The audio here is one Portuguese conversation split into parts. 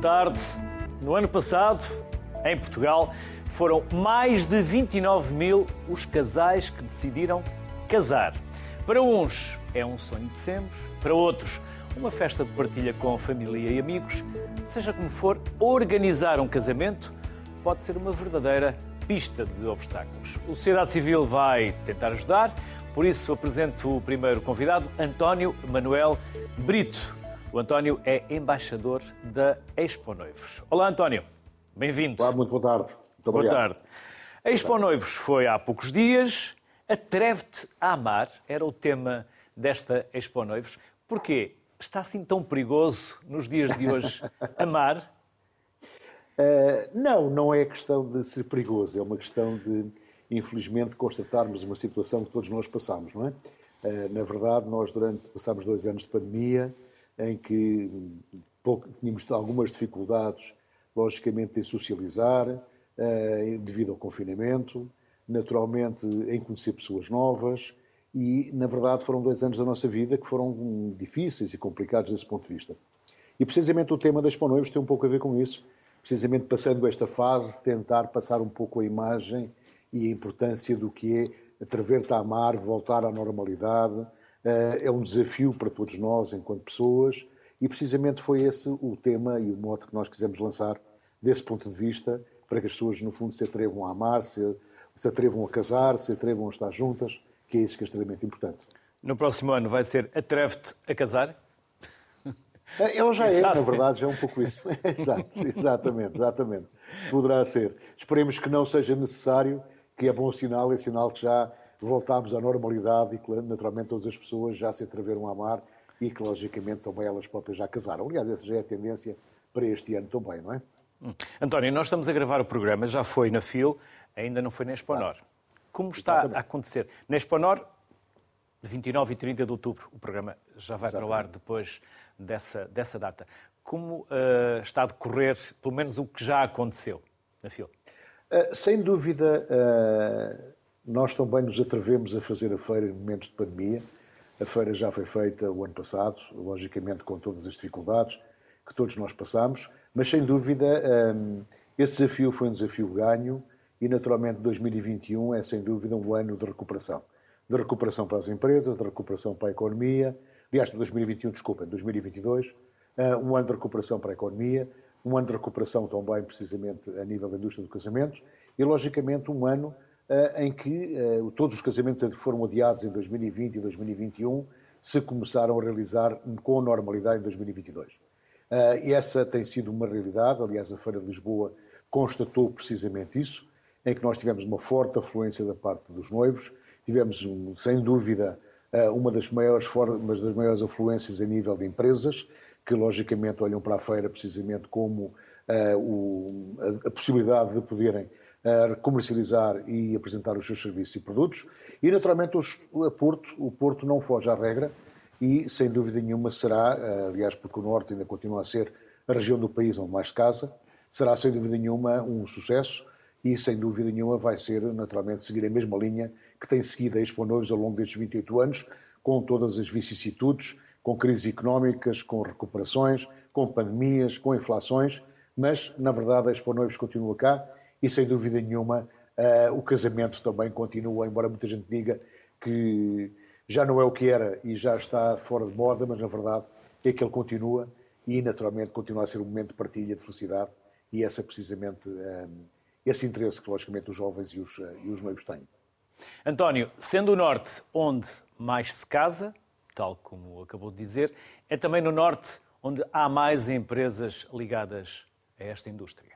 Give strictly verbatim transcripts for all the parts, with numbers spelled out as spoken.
tarde. No ano passado, em Portugal, foram mais de vinte e nove mil os casais que decidiram casar. Para uns é um sonho de sempre, para outros uma festa de partilha com a família e amigos. Seja como for, organizar um casamento pode ser uma verdadeira pista de obstáculos. A sociedade civil vai tentar ajudar, por isso apresento o primeiro convidado, António Manuel Brito. O António é embaixador da Expo Noivos. Olá, António. Bem-vindo. Olá, muito boa tarde. Muito boa obrigado. tarde. A Expo Noivos foi há poucos dias. Atreve-te a amar era o tema desta Expo Noivos. Porquê? Está assim tão perigoso nos dias de hoje amar? Uh, não, não é questão de ser perigoso. É uma questão de, infelizmente, constatarmos uma situação que todos nós passamos, não é? Uh, na verdade, nós durante passámos dois anos de pandemia, em que pouco, tínhamos algumas dificuldades, logicamente, em socializar, uh, devido ao confinamento, naturalmente em conhecer pessoas novas e, na verdade, foram dois anos da nossa vida que foram difíceis e complicados desse ponto de vista. E, precisamente, o tema da Expo Noivos tem um pouco a ver com isso, precisamente passando esta fase, tentar passar um pouco a imagem e a importância do que é atrever-te a amar, voltar à normalidade. É um desafio para todos nós, enquanto pessoas, e precisamente foi esse o tema e o mote que nós quisemos lançar desse ponto de vista, para que as pessoas, no fundo, se atrevam a amar, se, se atrevam a casar, se atrevam a estar juntas, que é isso que é extremamente importante. No próximo ano vai ser Atreve-te a casar? Ela já é, na verdade, já é um pouco isso. Exato, exatamente, exatamente. Poderá ser. Esperemos que não seja necessário, que é bom sinal, é sinal que já voltámos à normalidade e que, naturalmente, todas as pessoas já se atreveram a amar e que, logicamente, também elas próprias já casaram. Aliás, essa já é a tendência para este ano também, não é? Hum. António, nós estamos a gravar o programa, já foi na F I L, ainda não foi na Expo Nor. Como está Exatamente. a acontecer? Na Expo Nor, vinte e nove e trinta de outubro, o programa já vai Exatamente. para o ar depois dessa, dessa data. Como uh, está a decorrer, pelo menos, o que já aconteceu na F I L? Uh, sem dúvida, uh, nós também nos atrevemos a fazer a feira em momentos de pandemia. A feira já foi feita o ano passado, logicamente com todas as dificuldades que todos nós passamos, mas sem dúvida um, esse desafio foi um desafio ganho e naturalmente dois mil e vinte e um é sem dúvida um ano de recuperação. De recuperação para as empresas, de recuperação para a economia, aliás, dois mil e vinte e um, desculpem, dois mil e vinte e dois, uh, um ano de recuperação para a economia, um ano de recuperação também precisamente a nível da indústria do casamento e logicamente um ano uh, em que uh, todos os casamentos que foram adiados em dois mil e vinte e dois mil e vinte e um se começaram a realizar com normalidade em dois mil e vinte e dois. Uh, e essa tem sido uma realidade, aliás a Feira de Lisboa constatou precisamente isso, em que nós tivemos uma forte afluência da parte dos noivos, tivemos sem dúvida uma das maiores, uma das maiores afluências a nível de empresas, que logicamente olham para a feira precisamente como uh, o, a, a possibilidade de poderem uh, comercializar e apresentar os seus serviços e produtos, e naturalmente os, a Porto, o Porto não foge à regra, e, sem dúvida nenhuma, será, aliás, porque o Norte ainda continua a ser a região do país onde mais se casa, será, sem dúvida nenhuma, um sucesso e, sem dúvida nenhuma, vai ser, naturalmente, seguir a mesma linha que tem seguido a Expo Noivos ao longo destes vinte e oito anos, com todas as vicissitudes, com crises económicas, com recuperações, com pandemias, com inflações, mas, na verdade, a Expo Noivos continua cá e, sem dúvida nenhuma, uh, o casamento também continua, embora muita gente diga que já não é o que era e já está fora de moda, mas na verdade é que ele continua e naturalmente continua a ser um momento de partilha, de felicidade e esse é precisamente um, esse interesse que logicamente os jovens e os, uh, e os noivos têm. António, sendo o Norte onde mais se casa, tal como acabou de dizer, é também no Norte onde há mais empresas ligadas a esta indústria?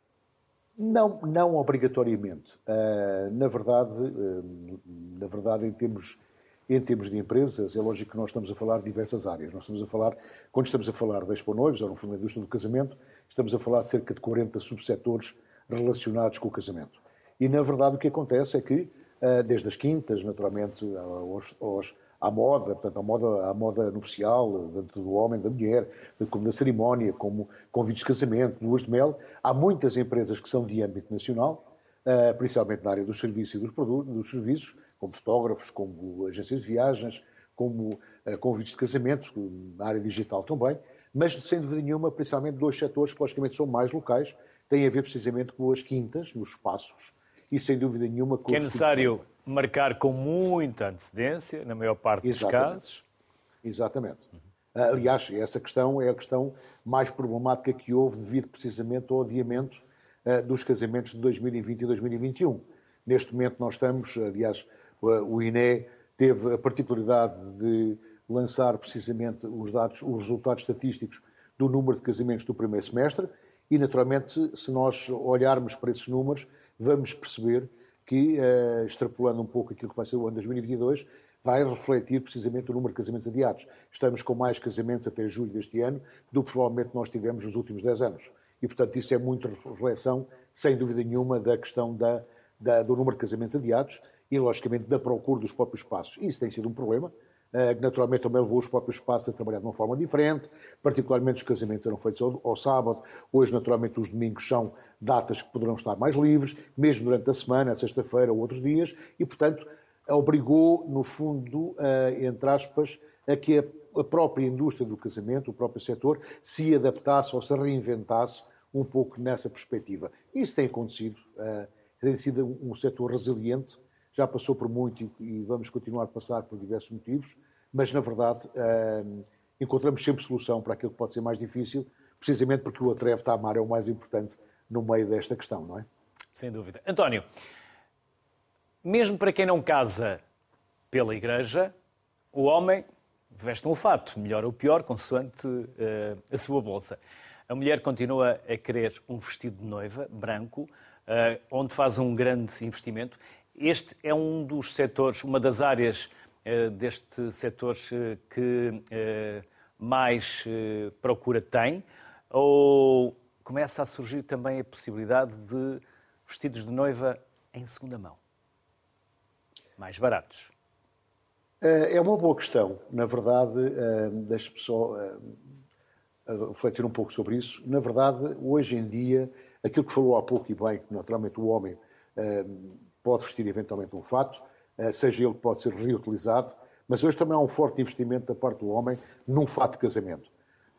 Não, não obrigatoriamente. Uh, na verdade, uh, na verdade em termos Em termos de empresas, é lógico que nós estamos a falar de diversas áreas. Nós estamos a falar, quando estamos a falar da Expo Noivos, ou no fundo da indústria do casamento, estamos a falar de cerca de quarenta subsetores relacionados com o casamento. E, na verdade, o que acontece é que, desde as quintas, naturalmente, aos, aos, à moda, portanto, à moda, à moda nupcial, tanto do homem, da mulher, como da cerimónia, como convites de casamento, luas de mel, há muitas empresas que são de âmbito nacional, principalmente na área dos serviços e dos produtos, dos serviços, como fotógrafos, como agências de viagens, como uh, convites de casamento, na área digital também, mas sem dúvida nenhuma, principalmente dois setores que logicamente são mais locais, têm a ver precisamente com as quintas, os espaços, e sem dúvida nenhuma com que é necessário marcar com muita antecedência, na maior parte dos Exatamente. casos. Exatamente. Aliás, essa questão é a questão mais problemática que houve devido precisamente ao adiamento uh, dos casamentos de dois mil e vinte e dois mil e vinte e um. Neste momento nós estamos, aliás, o I N E teve a particularidade de lançar precisamente os dados, os resultados estatísticos do número de casamentos do primeiro semestre e, naturalmente, se nós olharmos para esses números, vamos perceber que, uh, extrapolando um pouco aquilo que vai ser o ano dois mil e vinte e dois, vai refletir precisamente o número de casamentos adiados. Estamos com mais casamentos até julho deste ano do que provavelmente nós tivemos nos últimos dez anos. E, portanto, isso é muito reflexão, sem dúvida nenhuma, da questão da, da, do número de casamentos adiados e, logicamente, da procura dos próprios espaços. Isso tem sido um problema, que naturalmente também levou os próprios espaços a trabalhar de uma forma diferente, particularmente os casamentos eram feitos ao, ao sábado, hoje, naturalmente, os domingos são datas que poderão estar mais livres, mesmo durante a semana, sexta-feira ou outros dias, e, portanto, obrigou, no fundo, a, entre aspas, a que a própria indústria do casamento, o próprio setor, se adaptasse ou se reinventasse um pouco nessa perspectiva. Isso tem acontecido, uh, tem sido um setor resiliente, já passou por muito e vamos continuar a passar por diversos motivos, mas, na verdade, uh, encontramos sempre solução para aquilo que pode ser mais difícil, precisamente porque o atreve está a amar é o mais importante no meio desta questão, não é? Sem dúvida. António, mesmo para quem não casa pela igreja, o homem veste um fato, melhor ou pior, consoante uh, a sua bolsa. A mulher continua a querer um vestido de noiva, branco, uh, onde faz um grande investimento. Este é um dos setores, uma das áreas uh, deste setor uh, que uh, mais uh, procura tem, ou começa a surgir também a possibilidade de vestidos de noiva em segunda mão? Mais baratos? É uma boa questão. Na verdade, deixe-me só refletir um pouco sobre isso. Na verdade, hoje em dia, aquilo que falou há pouco e bem, que naturalmente o homem pode vestir eventualmente um fato, seja ele que pode ser reutilizado, mas hoje também há um forte investimento da parte do homem num fato de casamento,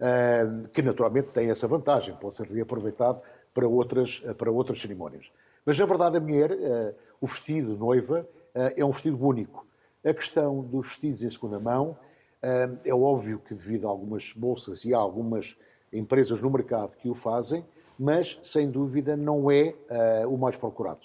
que naturalmente tem essa vantagem, pode ser reaproveitado para outras, para outras cerimónias. Mas, na verdade, a mulher, o vestido de noiva, é um vestido único. A questão dos vestidos em segunda mão, é óbvio que devido a algumas bolsas e a algumas empresas no mercado que o fazem, mas, sem dúvida, não é o mais procurado.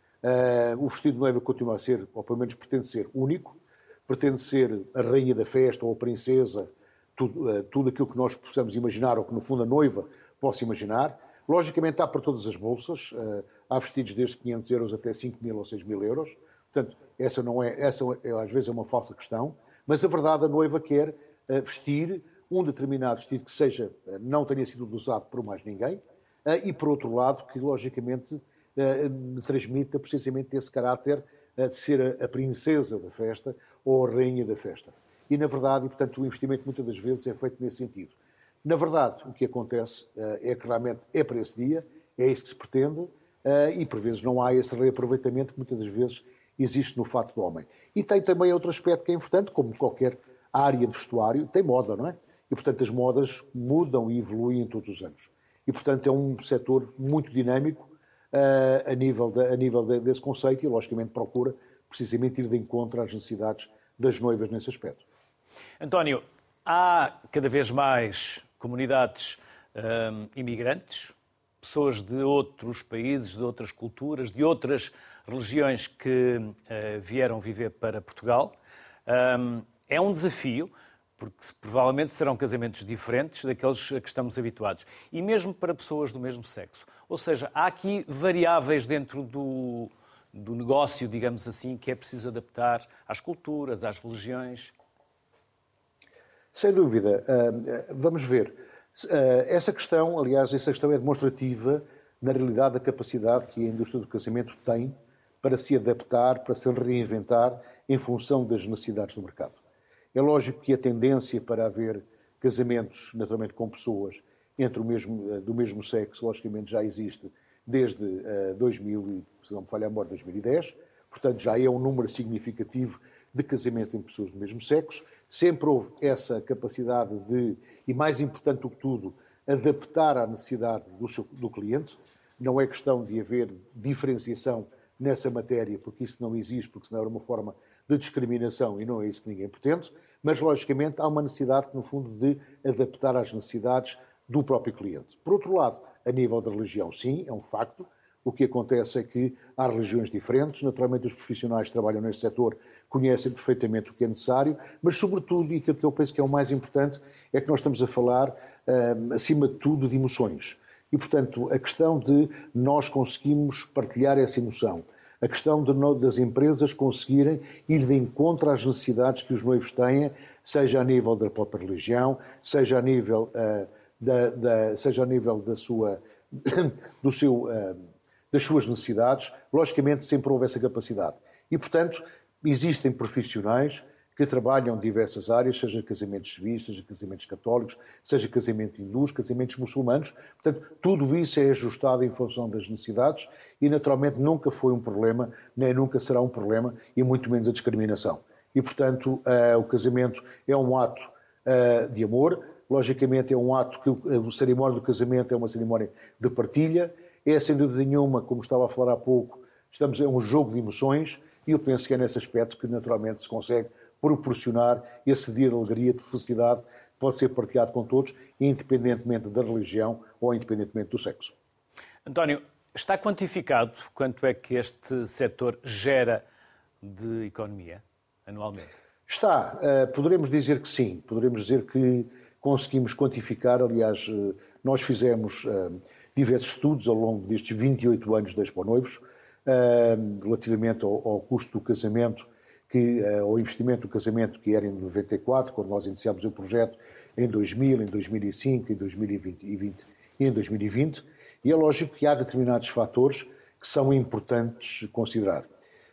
O vestido de noiva continua a ser, ou pelo menos pretende ser, único, pretende ser a rainha da festa ou a princesa, tudo, tudo aquilo que nós possamos imaginar, ou que, no fundo, a noiva possa imaginar. Logicamente, há para todas as bolsas, há vestidos desde quinhentos euros até cinco mil ou seis mil euros. Portanto, essa, não é, essa é, às vezes é uma falsa questão, mas a verdade, a noiva quer uh, vestir um determinado vestido que seja, uh, não tenha sido usado por mais ninguém, uh, e por outro lado, que logicamente uh, transmita precisamente esse caráter uh, de ser a, a princesa da festa ou a rainha da festa. E na verdade, e, portanto, o investimento muitas das vezes é feito nesse sentido. Na verdade, o que acontece uh, é que realmente é para esse dia, é isso que se pretende, uh, e por vezes não há esse reaproveitamento que muitas das vezes existe no fato do homem. E tem também outro aspecto que é importante, como qualquer área de vestuário, tem moda, não é? E, portanto, as modas mudam e evoluem todos os anos. E, portanto, é um setor muito dinâmico uh, a nível, de, a nível de, desse conceito e, logicamente, procura precisamente ir de encontro às necessidades das noivas nesse aspecto. António, há cada vez mais comunidades um, imigrantes, pessoas de outros países, de outras culturas, de outras religiões que uh, vieram viver para Portugal. Um, é um desafio, porque provavelmente serão casamentos diferentes daqueles a que estamos habituados. E mesmo para pessoas do mesmo sexo. Ou seja, há aqui variáveis dentro do, do negócio, digamos assim, que é preciso adaptar às culturas, às religiões. Sem dúvida. Uh, vamos ver. Uh, essa questão, aliás, essa questão é demonstrativa na realidade da capacidade que a indústria do casamento tem para se adaptar, para se reinventar em função das necessidades do mercado. É lógico que a tendência para haver casamentos, naturalmente com pessoas entre o mesmo, do mesmo sexo, logicamente já existe desde uh, dois mil, se não me falha a memória, dois mil e dez, portanto já é um número significativo de casamentos entre pessoas do mesmo sexo. Sempre houve essa capacidade de, e mais importante do que tudo, adaptar à necessidade do, seu, do cliente. Não é questão de haver diferenciação nessa matéria, porque isso não existe, porque senão era uma forma de discriminação e não é isso que ninguém pretende, mas logicamente há uma necessidade, no fundo, de adaptar às necessidades do próprio cliente. Por outro lado, a nível da religião, sim, é um facto. O que acontece é que há religiões diferentes, naturalmente os profissionais que trabalham neste setor conhecem perfeitamente o que é necessário, mas sobretudo, e aquilo que eu penso que é o mais importante, é que nós estamos a falar, acima de tudo, de emoções. E, portanto, a questão de nós conseguirmos partilhar essa emoção, a questão de, das empresas conseguirem ir de encontro às necessidades que os noivos têm, seja a nível da própria religião, seja a nível, uh, da, da, seja a nível da sua, do seu... Uh, das suas necessidades, logicamente sempre houve essa capacidade. E, portanto, existem profissionais que trabalham em diversas áreas, seja casamentos civis, seja casamentos católicos, seja casamentos hindus, casamentos muçulmanos. Portanto, tudo isso é ajustado em função das necessidades e, naturalmente, nunca foi um problema, nem nunca será um problema, e muito menos a discriminação. E, portanto, uh, o casamento é um ato uh, de amor, logicamente é um ato que o cerimónia do casamento é uma cerimónia de partilha. É, sem dúvida nenhuma, como estava a falar há pouco, estamos a um jogo de emoções e eu penso que é nesse aspecto que naturalmente se consegue proporcionar esse dia de alegria, de felicidade, que pode ser partilhado com todos, independentemente da religião ou independentemente do sexo. António, está quantificado quanto é que este setor gera de economia anualmente? Está. Poderemos dizer que sim. Poderemos dizer que conseguimos quantificar. Aliás, nós fizemos diversos estudos ao longo destes vinte e oito anos da Expo Noivos, relativamente ao, ao custo do casamento, que, ao investimento do casamento que era em noventa e quatro, quando nós iniciámos o projeto, em dois mil, em dois mil e cinco, em dois mil e vinte e em dois mil e vinte, e é lógico que há determinados fatores que são importantes considerar.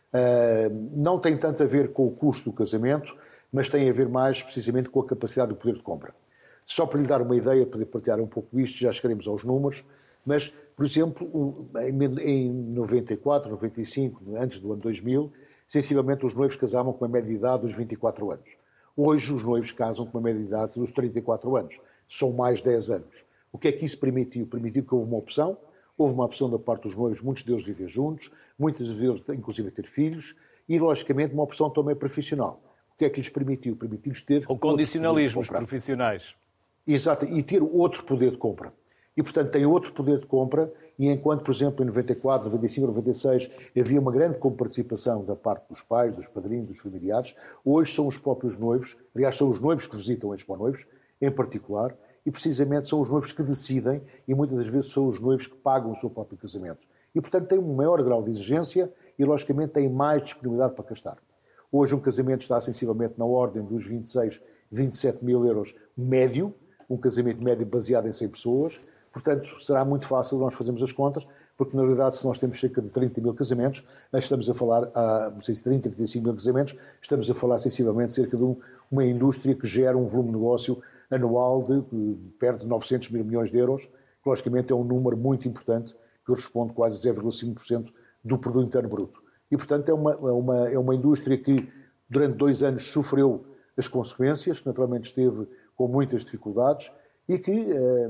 Não tem tanto a ver com o custo do casamento, mas tem a ver mais precisamente com a capacidade do poder de compra. Só para lhe dar uma ideia, para partilhar um pouco isto, já chegaremos aos números, mas, por exemplo, em noventa e quatro, noventa e cinco, antes do ano dois mil, sensivelmente os noivos casavam com uma média de idade dos vinte e quatro anos. Hoje os noivos casam com uma média de idade dos trinta e quatro anos. São mais dez anos. O que é que isso permitiu? Permitiu que houve uma opção. Houve uma opção da parte dos noivos, muitos deles viver juntos, muitos deles inclusive ter filhos, e logicamente uma opção também profissional. O que é que lhes permitiu? Permitiu-lhes ter... Ou condicionalismos profissionais. Exato, e ter outro poder de compra. E, portanto, tem outro poder de compra, e enquanto, por exemplo, em noventa e quatro, noventa e cinco, noventa e seis, havia uma grande comparticipação da parte dos pais, dos padrinhos, dos familiares, hoje são os próprios noivos, aliás, são os noivos que visitam a Expo Noivos, em particular, e precisamente são os noivos que decidem, e muitas das vezes são os noivos que pagam o seu próprio casamento. E, portanto, tem um maior grau de exigência e, logicamente, tem mais disponibilidade para gastar. Hoje um casamento está sensivelmente na ordem dos vinte e seis, vinte e sete mil euros médio, um casamento médio baseado em cem pessoas. Portanto, será muito fácil nós fazermos as contas, porque na realidade, se nós temos cerca de trinta mil casamentos, estamos a falar, não sei se trinta, trinta e cinco mil casamentos, estamos a falar sensivelmente cerca de uma indústria que gera um volume de negócio anual de perto de novecentos mil milhões de euros, que logicamente é um número muito importante, que corresponde quase a zero vírgula cinco por cento do produto interno bruto. E, portanto, é uma, é uma, é uma indústria que durante dois anos sofreu as consequências, que naturalmente esteve com muitas dificuldades, e que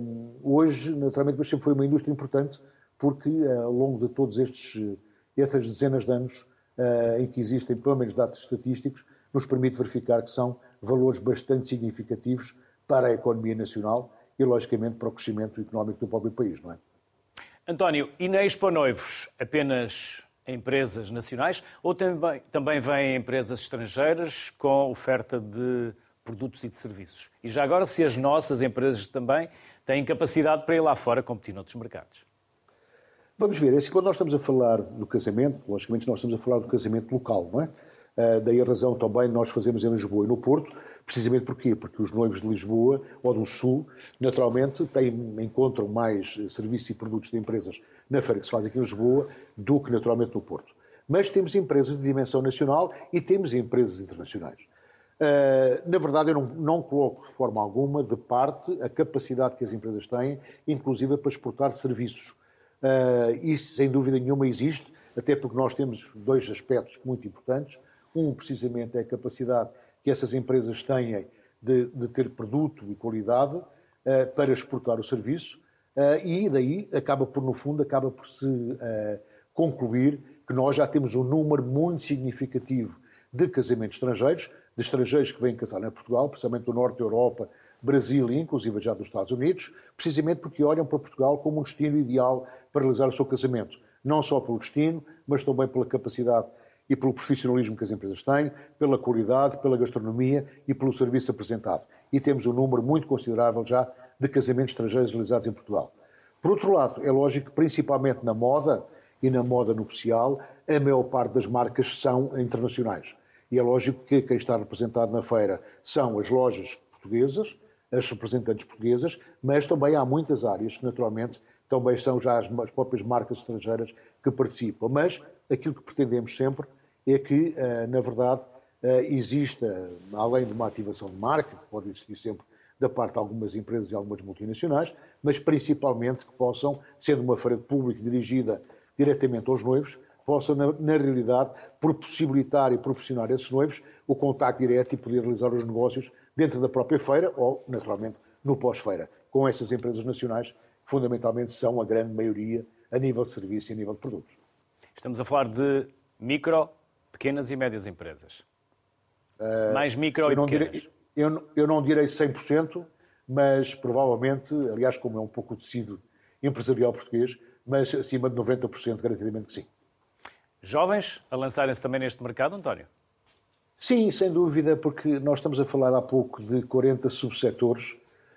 hoje, naturalmente, mas sempre foi uma indústria importante, porque ao longo de todos estes, estas dezenas de anos em que existem, pelo menos, dados estatísticos, nos permite verificar que são valores bastante significativos para a economia nacional e, logicamente, para o crescimento económico do próprio país, não é? António, e na Expo Noivos, apenas empresas nacionais ou também, também vêm empresas estrangeiras com oferta de produtos e de serviços? E já agora, se as nossas empresas também têm capacidade para ir lá fora competir noutros mercados? Vamos ver, é assim, quando nós estamos a falar do casamento, logicamente nós estamos a falar do casamento local, não é? Uh, daí a razão também nós fazemos em Lisboa e no Porto, precisamente porquê? Porque os noivos de Lisboa ou do Sul, naturalmente, têm, encontram mais serviços e produtos de empresas na feira que se faz aqui em Lisboa do que naturalmente no Porto. Mas temos empresas de dimensão nacional e temos empresas internacionais. Uh, na verdade, eu não, não coloco de forma alguma de parte a capacidade que as empresas têm, inclusive para exportar serviços. Uh, isso, sem dúvida nenhuma, existe, até porque nós temos dois aspectos muito importantes. Um, precisamente, é a capacidade que essas empresas têm de, de ter produto e qualidade uh, para exportar o serviço uh, e daí acaba por, no fundo, acaba por se uh, concluir que nós já temos um número muito significativo de casamentos estrangeiros, de estrangeiros que vêm casar em Portugal, principalmente do norte da Europa, Brasil e inclusive já dos Estados Unidos, precisamente porque olham para Portugal como um destino ideal para realizar o seu casamento. Não só pelo destino, mas também pela capacidade e pelo profissionalismo que as empresas têm, pela qualidade, pela gastronomia e pelo serviço apresentado. E temos um número muito considerável já de casamentos estrangeiros realizados em Portugal. Por outro lado, é lógico que principalmente na moda e na moda nupcial, a maior parte das marcas são internacionais. E é lógico que quem está representado na feira são as lojas portuguesas, as representantes portuguesas, mas também há muitas áreas que naturalmente também são já as próprias marcas estrangeiras que participam. Mas aquilo que pretendemos sempre é que, na verdade, exista, além de uma ativação de marca, que pode existir sempre da parte de algumas empresas e algumas multinacionais, mas principalmente que possam, sendo uma feira de público dirigida diretamente aos noivos, possam, na, na realidade, por possibilitar e proporcionar a esses noivos o contacto direto e poder realizar os negócios dentro da própria feira ou, naturalmente, no pós-feira, com essas empresas nacionais, que fundamentalmente são a grande maioria a nível de serviço e a nível de produtos. Estamos a falar de micro, pequenas e médias empresas. Uh, Mais micro e pequenas. Direi, eu, eu não direi cem por cento, mas provavelmente, aliás, como é um pouco o tecido empresarial português, mas acima de noventa por cento, garantidamente que sim. Jovens a lançarem-se também neste mercado, António? Sim, sem dúvida, porque nós estamos a falar há pouco de quarenta subsetores,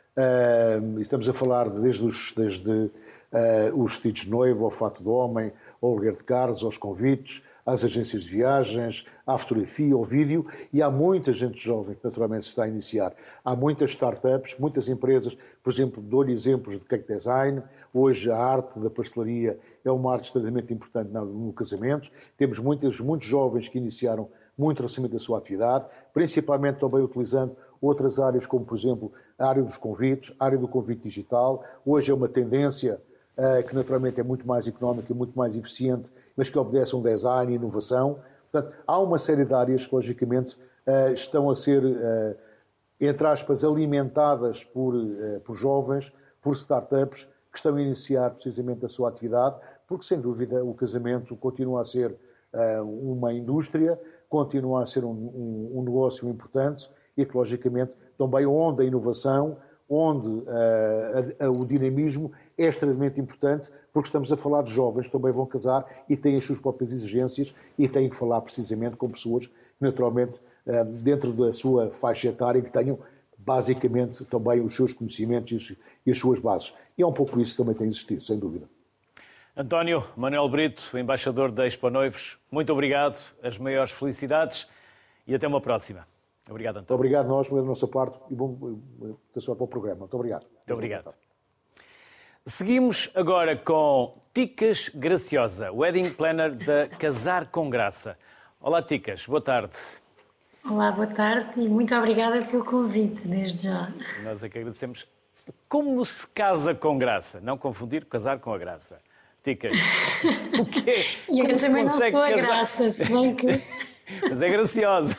uh, estamos a falar desde os, desde, uh, os vestidos de noivo, ao fato de homem, ao aluguer de carros, aos convites, às agências de viagens, à fotografia, ao vídeo, e há muita gente jovem que naturalmente se está a iniciar. Há muitas startups, muitas empresas, por exemplo, dou-lhe exemplos de cake design. Hoje a arte da pastelaria é uma arte extremamente importante no casamento. Temos muitos, muitos jovens que iniciaram muito recentemente a sua atividade, principalmente também utilizando outras áreas, como por exemplo a área dos convites, a área do convite digital. Hoje é uma tendência Uh, que naturalmente é muito mais económica e muito mais eficiente, mas que obedece a um design e inovação. Portanto, há uma série de áreas que, logicamente, uh, estão a ser, uh, entre aspas, alimentadas por, uh, por jovens, por startups, que estão a iniciar precisamente a sua atividade, porque, sem dúvida, o casamento continua a ser uh, uma indústria, continua a ser um, um, um negócio importante e que, logicamente, também onde a inovação, onde uh, a, a, o dinamismo é extremamente importante, porque estamos a falar de jovens que também vão casar e têm as suas próprias exigências e têm que falar precisamente com pessoas que, naturalmente, uh, dentro da sua faixa etária, que tenham basicamente também os seus conhecimentos e as suas bases. E é um pouco isso que também tem existido, sem dúvida. António Manuel Brito, embaixador da Expo Noivos, muito obrigado, as maiores felicidades e até uma próxima. Obrigado, António. Muito obrigado nós, da nossa parte, e bom sorte para o programa. Muito obrigado. Muito obrigado. Seguimos agora com Ticas Graciosa, Wedding Planner da Casar com Graça. Olá, Ticas, boa tarde. Olá, boa tarde e muito obrigada pelo convite, desde já. Nós é que agradecemos. Como se casa com graça? Não confundir casar com a graça. Ticas, o que é? E eu também não sou a graça, se bem que... Mas é graciosa.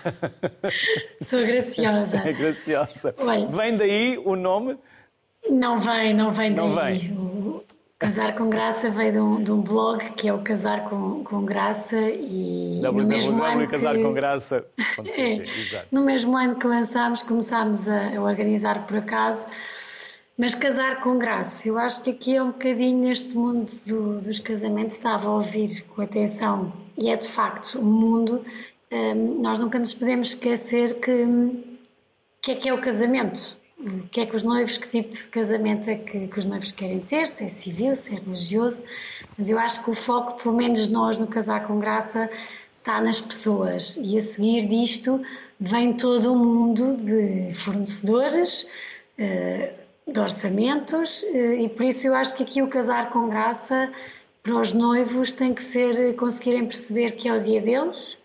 Sou graciosa. É graciosa. Olha, vem daí o nome? Não vem, não vem não daí. Vem. O Casar com Graça veio de um, de um blog que é o Casar com, com Graça e no mesmo ano Casar que... com Graça. é, no mesmo ano que lançámos, começámos a, a organizar por acaso. Mas casar com graça, eu acho que aqui é um bocadinho neste mundo do, dos casamentos, estava a ouvir com atenção, e é de facto um mundo, um, nós nunca nos podemos esquecer que, que é que é o casamento, o que é que os noivos, que tipo de casamento é que, que os noivos querem ter, se é civil, se é religioso, mas eu acho que o foco, pelo menos nós no Casar com Graça, está nas pessoas, e a seguir disto vem todo o mundo de fornecedores, uh, de orçamentos, e por isso eu acho que aqui o Casar com Graça para os noivos tem que ser conseguirem perceber que é o dia deles,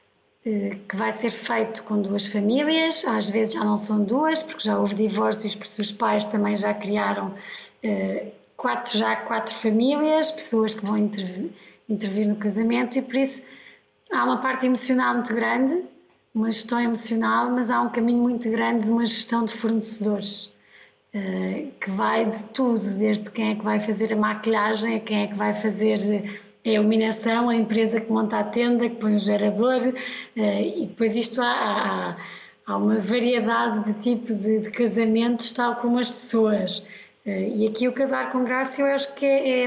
que vai ser feito com duas famílias, às vezes já não são duas, porque já houve divórcios, porque os pais também já criaram quatro, já quatro famílias, pessoas que vão intervir, intervir no casamento, e por isso há uma parte emocional muito grande, uma gestão emocional, mas há um caminho muito grande de uma gestão de fornecedores, que vai de tudo, desde quem é que vai fazer a maquilhagem, a quem é que vai fazer a iluminação, a empresa que monta a tenda, que põe o gerador, e depois isto há, há, há uma variedade de tipos de, de casamentos, tal como as pessoas. E aqui o Casar com Graça eu acho que é, é,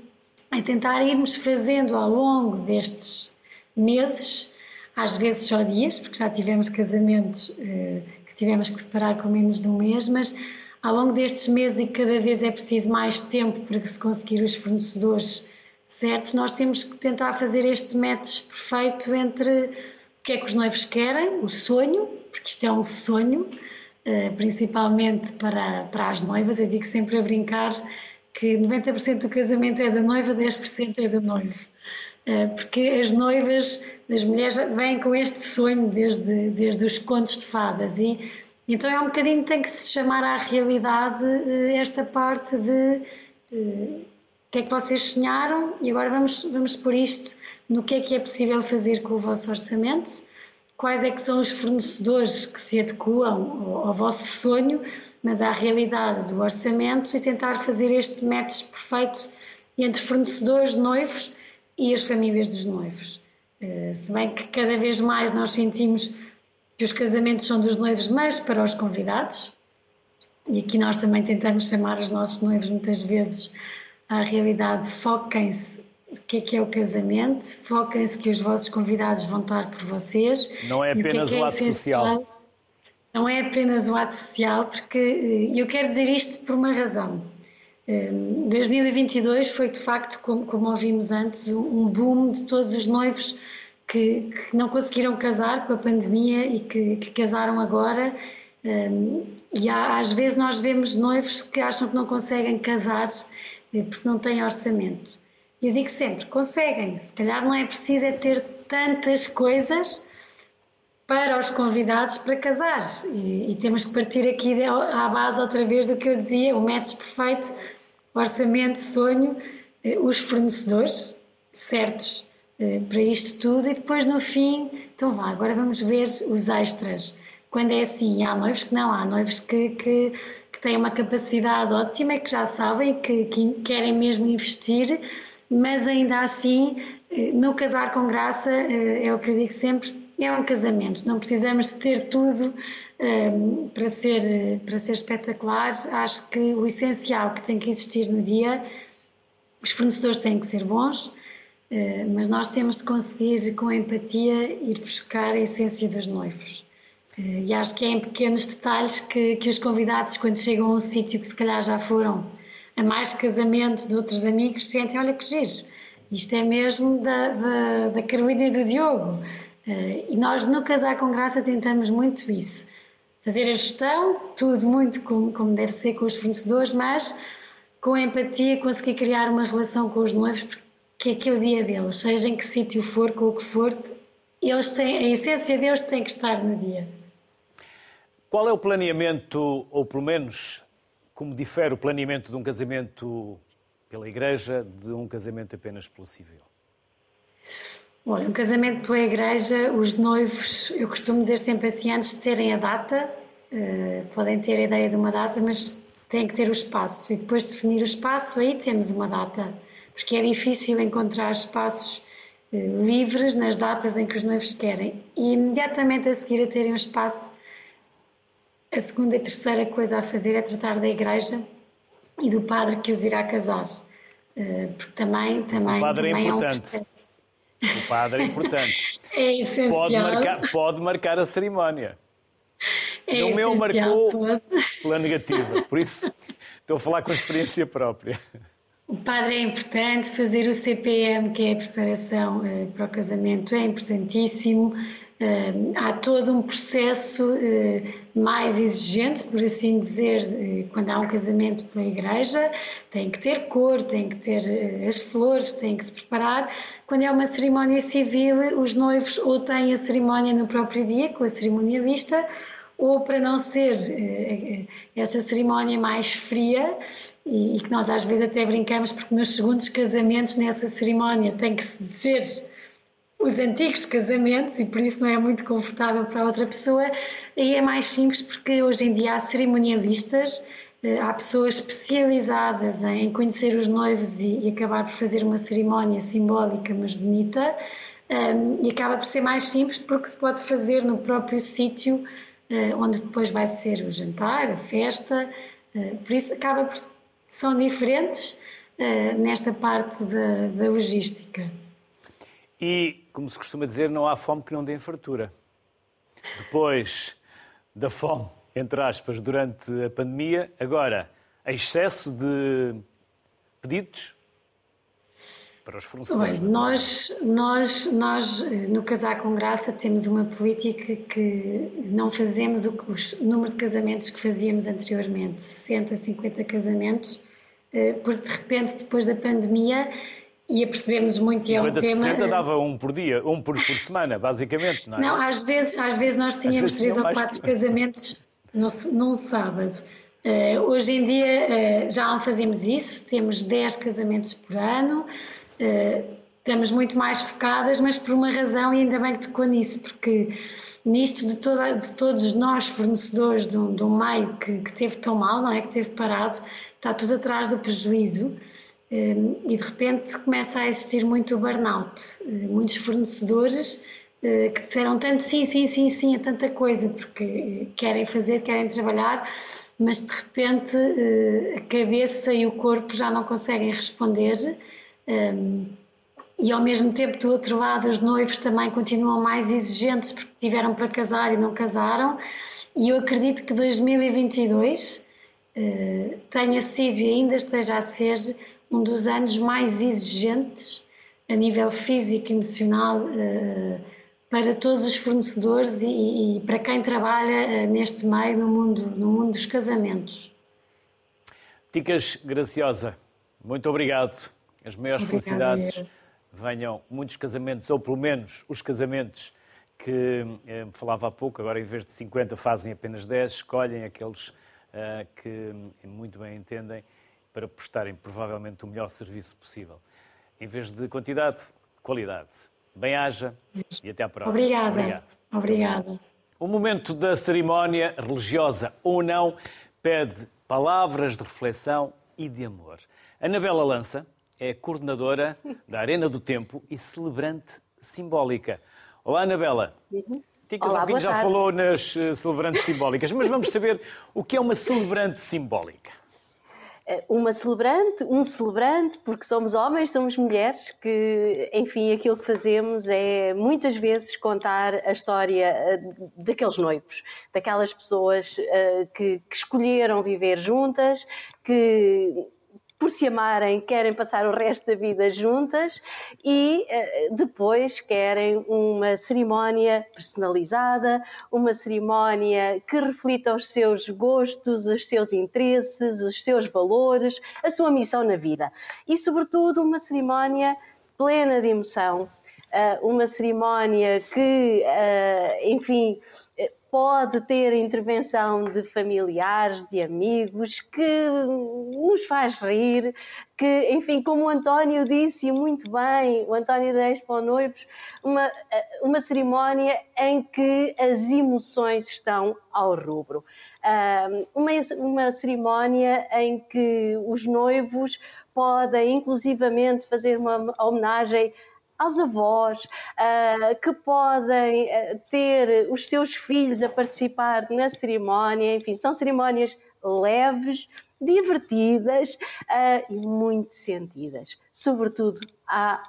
é tentar irmos fazendo ao longo destes meses, às vezes só dias, porque já tivemos casamentos que tivemos que preparar com menos de um mês, mas ao longo destes meses e cada vez é preciso mais tempo para se conseguir os fornecedores certos, nós temos que tentar fazer este match perfeito entre o que é que os noivos querem, o sonho, porque isto é um sonho, principalmente para, para as noivas. Eu digo sempre a brincar que noventa por cento do casamento é da noiva, dez por cento é do noivo. Porque as noivas, as mulheres vêm com este sonho desde, desde os contos de fadas e então é um bocadinho, tem que se chamar à realidade esta parte de o que é que vocês sonharam e agora vamos, vamos pôr isto no que é que é possível fazer com o vosso orçamento, quais é que são os fornecedores que se adequam ao, ao vosso sonho, mas à realidade do orçamento e tentar fazer este match perfeito entre fornecedores, noivos e as famílias dos noivos. Se bem que cada vez mais nós sentimos que os casamentos são dos noivos, mas para os convidados, e aqui nós também tentamos chamar os nossos noivos muitas vezes à realidade, foquem-se no que é que é o casamento, foquem-se que os vossos convidados vão estar por vocês. Não é apenas o, que é que é o ato social. Não é apenas o ato social, porque eu quero dizer isto por uma razão. dois mil e vinte e dois foi de facto, como, como ouvimos antes, um boom de todos os noivos Que, que não conseguiram casar com a pandemia e que, que casaram agora, um, e há, às vezes nós vemos noivos que acham que não conseguem casar porque não têm orçamento. E eu digo sempre, conseguem, se calhar não é preciso é ter tantas coisas para os convidados para casar, e, e temos que partir aqui à base outra vez do que eu dizia, o match perfeito, orçamento, sonho, os fornecedores certos para isto tudo e depois no fim, então vá, agora vamos ver os extras. Quando é assim, há noivos que não, há noivos que, que, que têm uma capacidade ótima, que já sabem, que, que querem mesmo investir, mas ainda assim, no Casar com Graça, é o que eu digo sempre, é um casamento, não precisamos ter tudo um, para, ser, para ser espetacular. Acho que o essencial que tem que existir no dia, os fornecedores têm que ser bons, mas nós temos de conseguir, com empatia, ir buscar a essência dos noivos. E acho que é em pequenos detalhes que, que os convidados, quando chegam a um sítio que se calhar já foram a mais casamentos de outros amigos, sentem, olha que giro, isto é mesmo da, da, da Carolina e do Diogo. E nós no Casar com Graça tentamos muito isso. Fazer a gestão, tudo muito como, como deve ser com os fornecedores, mas com empatia conseguir criar uma relação com os noivos, que é aquele dia deles, seja em que sítio for, com o que for, eles têm, a essência deles tem que estar no dia. Qual é o planeamento, ou pelo menos como difere o planeamento de um casamento pela Igreja de um casamento apenas pelo civil? Olha, um casamento pela Igreja, os noivos, eu costumo dizer sempre assim, antes de terem a data, uh, podem ter a ideia de uma data, mas têm que ter o espaço, e depois de definir o espaço, aí temos uma data. Porque é difícil encontrar espaços eh, livres nas datas em que os noivos querem. E imediatamente a seguir a terem um espaço, a segunda e terceira coisa a fazer é tratar da igreja e do padre que os irá casar. Eh, porque também, também, o padre também é, é um processo. O padre é importante. É essencial. Pode marcar, pode marcar a cerimónia. É o meu marcou pode. Pela negativa. Por isso, estou a falar com experiência própria. O padre é importante, fazer o C P M, que é a preparação uh, para o casamento, é importantíssimo. Uh, há todo um processo uh, mais exigente, por assim dizer, uh, quando há um casamento pela igreja, tem que ter cor, tem que ter uh, as flores, tem que se preparar. Quando é uma cerimónia civil, os noivos ou têm a cerimónia no próprio dia, com a cerimonialista, ou para não ser uh, essa cerimónia mais fria, e que nós às vezes até brincamos porque nos segundos casamentos nessa cerimónia tem que se dizer os antigos casamentos, e por isso não é muito confortável para outra pessoa, aí é mais simples porque hoje em dia há cerimonialistas, há pessoas especializadas em conhecer os noivos e, e acabar por fazer uma cerimónia simbólica mas bonita, um, e acaba por ser mais simples porque se pode fazer no próprio sítio uh, onde depois vai ser o jantar, a festa, uh, por isso acaba por são diferentes uh, nesta parte da, da logística. E, como se costuma dizer, não há fome que não dê fartura. Depois da fome, entre aspas, durante a pandemia, agora, excesso de pedidos para os fornecedores. Olha, nós, nós, nós, no Casar com Graça, temos uma política que não fazemos o, o número de casamentos que fazíamos anteriormente, sessenta, cinquenta casamentos, porque de repente, depois da pandemia, e apercebemos muito, e é um tema... sessenta dava um por dia, um por, por semana, basicamente, não é? Não, às vezes, às vezes nós tínhamos três ou quatro que... casamentos num, num sábado. Uh, hoje em dia uh, já não fazemos isso, temos dez casamentos por ano, uh, estamos muito mais focadas, mas por uma razão, e ainda bem que tocou nisso, porque nisto de, toda, de todos nós, fornecedores de um, de um meio que, que teve tão mal, não é? Que teve parado, está tudo atrás do prejuízo. E de repente começa a existir muito burnout, muitos fornecedores que disseram tanto sim, sim, sim, sim a tanta coisa, porque querem fazer, querem trabalhar, mas de repente a cabeça e o corpo já não conseguem responder, e ao mesmo tempo do outro lado os noivos também continuam mais exigentes porque tiveram para casar e não casaram, e eu acredito que dois mil e vinte e dois tenha sido e ainda esteja a ser um dos anos mais exigentes a nível físico e emocional uh, para todos os fornecedores e, e para quem trabalha uh, neste meio, no mundo, no mundo dos casamentos. Ticas Graciosa, muito obrigado. As maiores Obrigada, felicidades. Eu. Venham muitos casamentos, ou pelo menos os casamentos que eh, falava há pouco, agora em vez de cinquenta fazem apenas dez, escolhem aqueles uh, que muito bem entendem, para prestarem provavelmente o melhor serviço possível. Em vez de quantidade, qualidade. Bem-haja e até à próxima. Obrigada. Obrigado. Obrigada. O momento da cerimónia, religiosa ou não, pede palavras de reflexão e de amor. Anabela Lança é coordenadora da Arena do Tempo e celebrante simbólica. Olá, Anabela. Uhum. Ticas Alpino já tarde. Falou nas celebrantes simbólicas, mas vamos saber o que é uma celebrante simbólica. Uma celebrante, um celebrante, porque somos homens, somos mulheres, que, enfim, aquilo que fazemos é muitas vezes contar a história daqueles noivos, daquelas pessoas que, que escolheram viver juntas, que por se amarem querem passar o resto da vida juntas e depois querem uma cerimónia personalizada, uma cerimónia que reflita os seus gostos, os seus interesses, os seus valores, a sua missão na vida. E, sobretudo, uma cerimónia plena de emoção, uma cerimónia que, enfim, pode ter a intervenção de familiares, de amigos, que nos faz rir, que, enfim, como o António disse muito bem, o António da Expo Noivos, uma, uma cerimónia em que as emoções estão ao rubro. Uma, uma cerimónia em que os noivos podem, inclusivamente, fazer uma homenagem aos avós, uh, que podem uh, ter os seus filhos a participar na cerimónia, enfim, são cerimónias leves, divertidas uh, e muito sentidas. Sobretudo, há...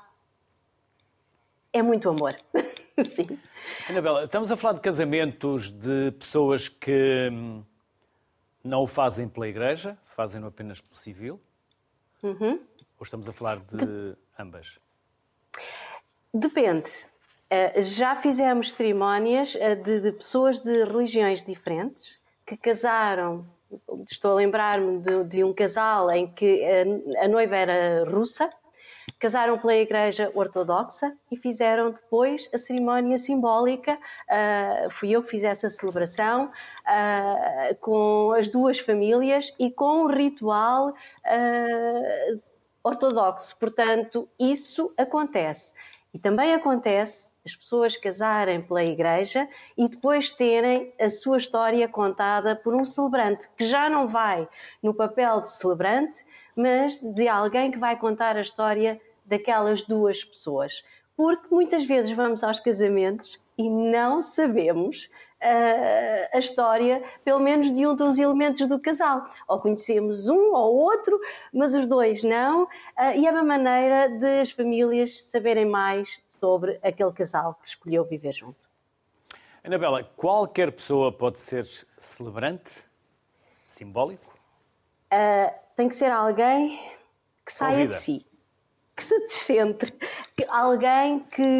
é muito amor. Sim. Anabela, estamos a falar de casamentos de pessoas que não o fazem pela igreja, fazem-no apenas pelo civil? Uhum. Ou estamos a falar de, de... ambas? Depende. Já fizemos cerimónias de, de pessoas de religiões diferentes que casaram. Estou a lembrar-me de, de um casal em que a, a noiva era russa, casaram pela Igreja Ortodoxa e fizeram depois a cerimónia simbólica. Uh, fui eu que fiz essa celebração uh, com as duas famílias e com o ritual uh, ortodoxo. Portanto, isso acontece. E também acontece as pessoas casarem pela igreja e depois terem a sua história contada por um celebrante, que já não vai no papel de celebrante, mas de alguém que vai contar a história daquelas duas pessoas. Porque muitas vezes vamos aos casamentos e não sabemos uh, a história, pelo menos de um dos elementos do casal. Ou conhecemos um ou outro, mas os dois não. Uh, e é uma maneira de as famílias saberem mais sobre aquele casal que escolheu viver junto. Anabela, qualquer pessoa pode ser celebrante? Simbólico? Uh, tem que ser alguém que saia Convida. de si, que se descentre, que, alguém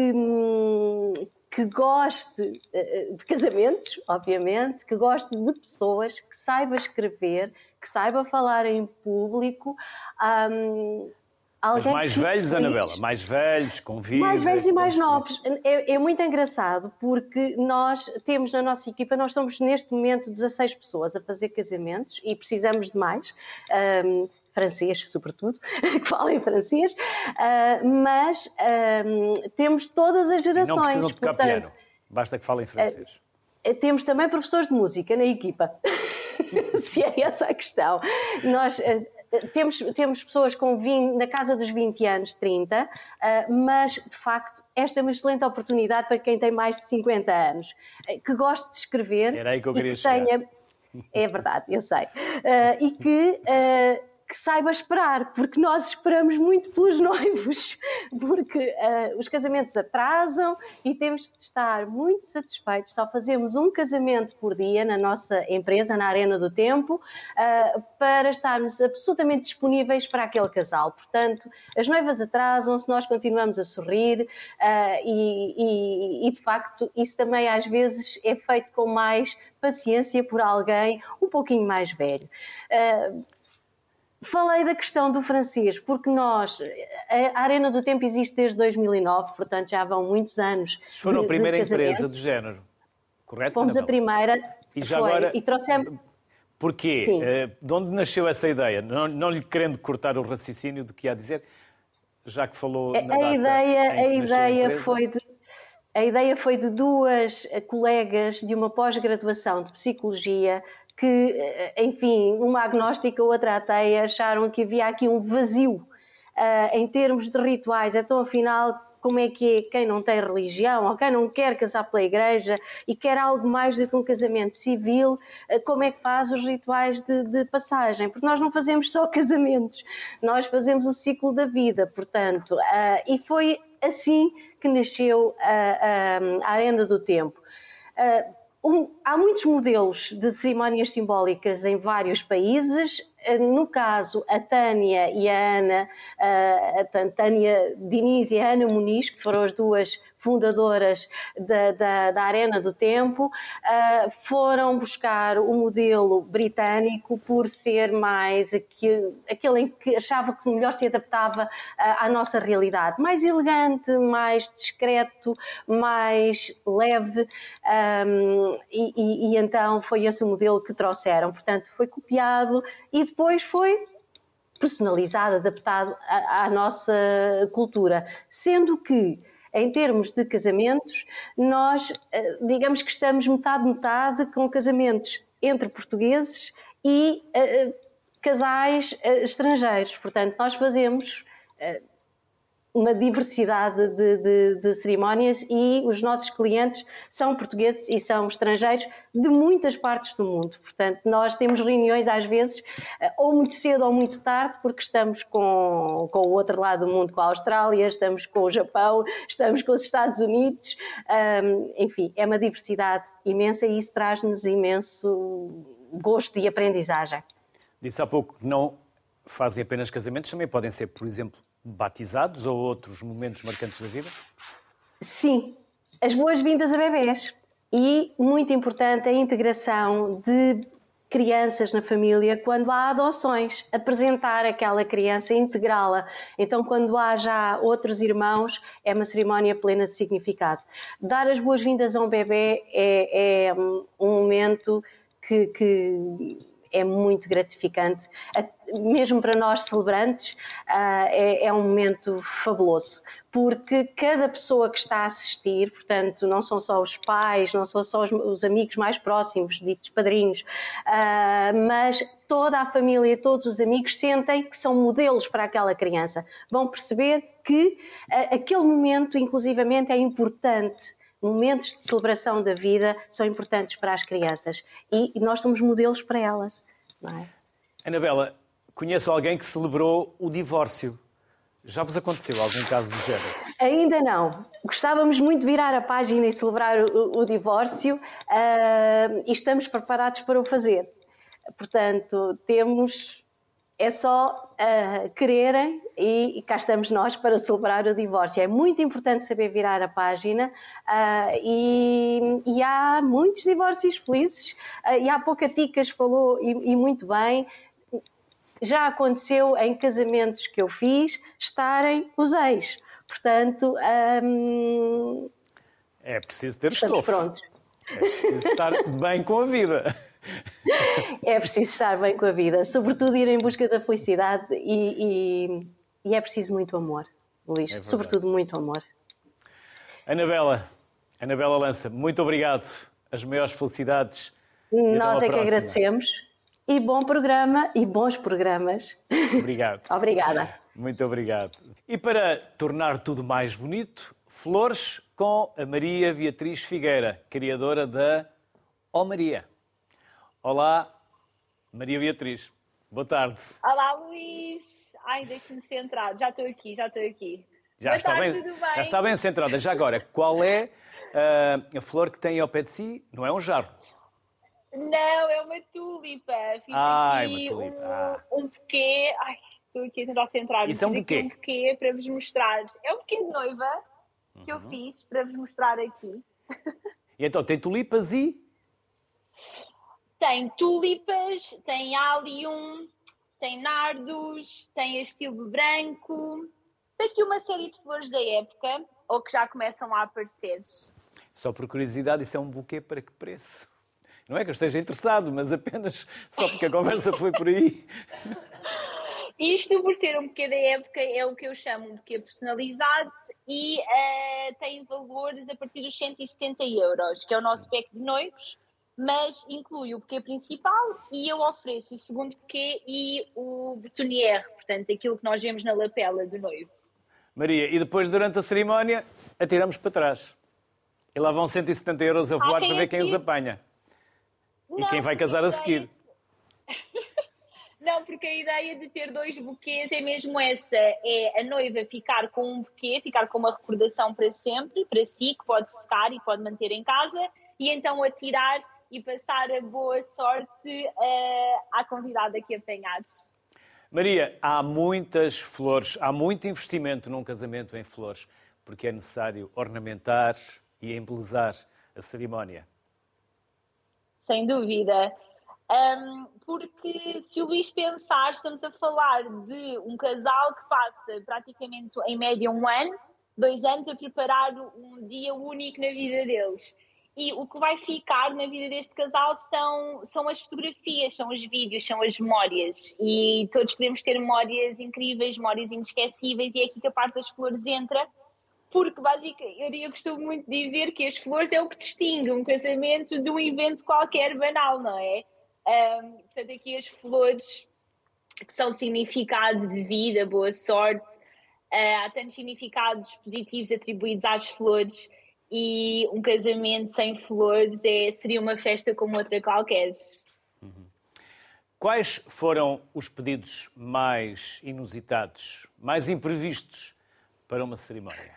que, que goste de casamentos, obviamente, que goste de pessoas, que saiba escrever, que saiba falar em público. Um, Mas mais velhos, Anabela, mais velhos, com vida. Mais velhos e mais novos. É, é muito engraçado porque nós temos na nossa equipa, nós somos neste momento dezasseis pessoas a fazer casamentos e precisamos de mais. Um, francês, sobretudo, que falem francês, uh, mas uh, temos todas as gerações. E não precisam tocar portanto, piano, basta que falem francês. Uh, temos também professores de música na equipa, se é essa a questão. Nós uh, temos, temos pessoas com vinte, na casa dos vinte anos, trinta, uh, mas, de facto, esta é uma excelente oportunidade para quem tem mais de cinquenta anos, uh, que goste de escrever. Era aí que eu queria e que tenha... É verdade, eu sei. Uh, e que... Uh, que saiba esperar, porque nós esperamos muito pelos noivos, porque uh, os casamentos atrasam e temos de estar muito satisfeitos. Só fazemos um casamento por dia na nossa empresa, na Arena do Tempo, uh, para estarmos absolutamente disponíveis para aquele casal. Portanto, as noivas atrasam-se, nós continuamos a sorrir uh, e, e, e, de facto, isso também às vezes é feito com mais paciência por alguém um pouquinho mais velho. Uh, Falei da questão do francês, porque nós, a Arena do Tempo existe desde dois mil e nove, portanto já vão muitos anos. Vocês foram de, a primeira de empresa do género, correto? Fomos Anabela? a primeira, e já foi, agora, e trouxemos... Porquê? Sim. De onde nasceu essa ideia? Não, não lhe querendo cortar o raciocínio do que ia dizer, já que falou a, na a data ideia, em que a nasceu ideia empresa. foi de... A ideia foi de duas colegas de uma pós-graduação de Psicologia que, enfim, uma agnóstica, outra ateia, acharam que havia aqui um vazio uh, em termos de rituais. Então, afinal, como é que é quem não tem religião ou quem não quer casar pela igreja e quer algo mais do que um casamento civil, uh, como é que faz os rituais de, de passagem? Porque nós não fazemos só casamentos, nós fazemos o ciclo da vida, portanto, uh, e foi assim que nasceu a, a, a Arena do Tempo. Uh, Um, há muitos modelos de cerimónias simbólicas em vários países. No caso, a Tânia e a Ana, a Tânia Diniz e a Ana Muniz, que foram as duas fundadoras da, da, da Arena do Tempo, foram buscar o modelo britânico por ser mais aquele, aquele em que achava que melhor se adaptava à nossa realidade. Mais elegante, mais discreto, mais leve, um, e, e, e então foi esse o modelo que trouxeram. Portanto, foi copiado e depois foi personalizado, adaptado à, à nossa cultura, sendo que em termos de casamentos, nós digamos que estamos metade-metade com casamentos entre portugueses e uh, casais uh, estrangeiros. Portanto, nós fazemos uh, uma diversidade de, de, de cerimónias e os nossos clientes são portugueses e são estrangeiros de muitas partes do mundo. Portanto, nós temos reuniões às vezes ou muito cedo ou muito tarde, porque estamos com, com o outro lado do mundo, com a Austrália, estamos com o Japão, estamos com os Estados Unidos. Um, enfim, é uma diversidade imensa e isso traz-nos imenso gosto e aprendizagem. Disse há pouco que não fazem apenas casamentos, também podem ser, por exemplo, batizados ou outros momentos marcantes da vida? Sim, as boas-vindas a bebés e, muito importante, a integração de crianças na família quando há adoções, apresentar aquela criança, integrá-la. Então, quando há já outros irmãos, é uma cerimónia plena de significado. Dar as boas-vindas a um bebê é, é um momento que... que é muito gratificante, mesmo para nós celebrantes, é, é um momento fabuloso, porque cada pessoa que está a assistir, portanto, não são só os pais, não são só os, os amigos mais próximos, ditos padrinhos, mas toda a família, todos os amigos sentem que são modelos para aquela criança. Vão perceber que aquele momento, inclusivamente, é importante. Momentos de celebração da vida são importantes para as crianças e nós somos modelos para elas. Não é? Anabela, conheço alguém que celebrou o divórcio. Já vos aconteceu algum caso do género? Ainda não. Gostávamos muito de virar a página e celebrar o, o divórcio uh, e estamos preparados para o fazer. Portanto, temos... É só uh, quererem e, e cá estamos nós para celebrar o divórcio. É muito importante saber virar a página uh, e, e há muitos divórcios felizes. Uh, e há pouco a Ticas falou e, e muito bem. Já aconteceu em casamentos que eu fiz estarem os ex. Portanto, um, é preciso ter estamos estofo. Prontos. É preciso estar bem com a vida. É preciso estar bem com a vida, sobretudo ir em busca da felicidade e, e, e é preciso muito amor, Luís, é sobretudo muito amor. Anabela, Anabela Lança, muito obrigado, as maiores felicidades. Nós é que agradecemos e bom programa e bons programas. Obrigado. Obrigada. Muito obrigado. E para tornar tudo mais bonito, flores com a Maria Beatriz Figueira, criadora da Ó Maria. Olá, Maria Beatriz. Boa tarde. Olá, Luís. Ai, deixe-me centrar. Já estou aqui, já estou aqui. Já Boa está, tarde, bem, tudo bem? já está bem centrada. Já agora, qual é uh, a flor que tem ao pé de si? Não é um jarro? Não, é uma tulipa. Fiz Ai, aqui uma tulipa. um, Ah. um buquê. Ai, estou aqui a tentar centrar. Isso é um Fiz aqui buquê? um buquê para vos mostrar. É um buquê de noiva que Uhum. eu fiz para vos mostrar aqui. E então, tem tulipas e... Tem tulipas, tem álium, tem nardos, tem estilo branco. Tem aqui uma série de flores da época, ou que já começam a aparecer. Só por curiosidade, isso é um buquê para que preço? Não é que eu esteja interessado, mas apenas só porque a conversa foi por aí. Isto, por ser um buquê da época, é o que eu chamo um buquê personalizado e uh, tem valores a partir dos cento e setenta euros, que é o nosso pack de noivos, mas inclui o buquê principal e eu ofereço o segundo buquê e o boutonnière, portanto, aquilo que nós vemos na lapela do noivo. Maria, e depois, durante a cerimónia, atiramos para trás. E lá vão cento e setenta euros a voar para ver quem os apanha. E Não, quem vai casar a seguir. Não, porque a ideia de ter dois buquês é mesmo essa, é a noiva ficar com um buquê, ficar com uma recordação para sempre, para si, que pode secar e pode manter em casa, e então atirar e passar a boa sorte uh, à convidada que apanhares. Maria, há muitas flores, há muito investimento num casamento em flores, porque é necessário ornamentar e embelezar a cerimónia. Sem dúvida. Um, porque se o Luís pensar, estamos a falar de um casal que passa praticamente em média um ano, dois anos a preparar um dia único na vida deles. E o que vai ficar na vida deste casal são, são as fotografias, são os vídeos, são as memórias. E todos podemos ter memórias incríveis, memórias inesquecíveis, e é aqui que a parte das flores entra, porque basicamente eu, eu costumo muito dizer que as flores é o que distingue um casamento de um evento qualquer banal, não é? Um, portanto, aqui as flores que são significado de vida, boa sorte, uh, há tantos significados positivos atribuídos às flores e um casamento sem flores é, seria uma festa como outra qualquer. Uhum. Quais foram os pedidos mais inusitados, mais imprevistos para uma cerimónia?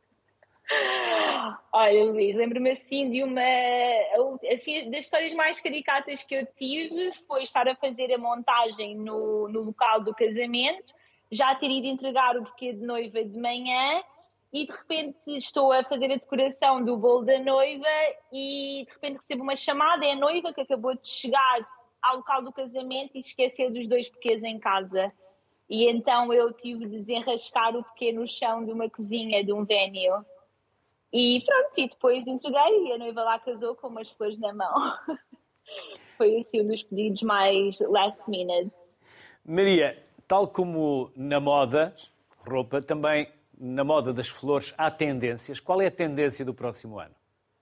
Olha, Luís, lembro-me assim de uma... Assim, das histórias mais caricatas que eu tive foi estar a fazer a montagem no, no local do casamento, já ter ido entregar o buquê de noiva de manhã e de repente estou a fazer a decoração do bolo da noiva e de repente recebo uma chamada, é a noiva que acabou de chegar ao local do casamento e se esqueceu dos dois buquês em casa. E então eu tive de desenrascar o buquê no chão de uma cozinha, de um venue. E pronto, e depois entreguei e a noiva lá casou com umas flores na mão. foi assim um dos pedidos mais last minute. Maria, tal como na moda, roupa, também na moda das flores há tendências. Qual é a tendência do próximo ano?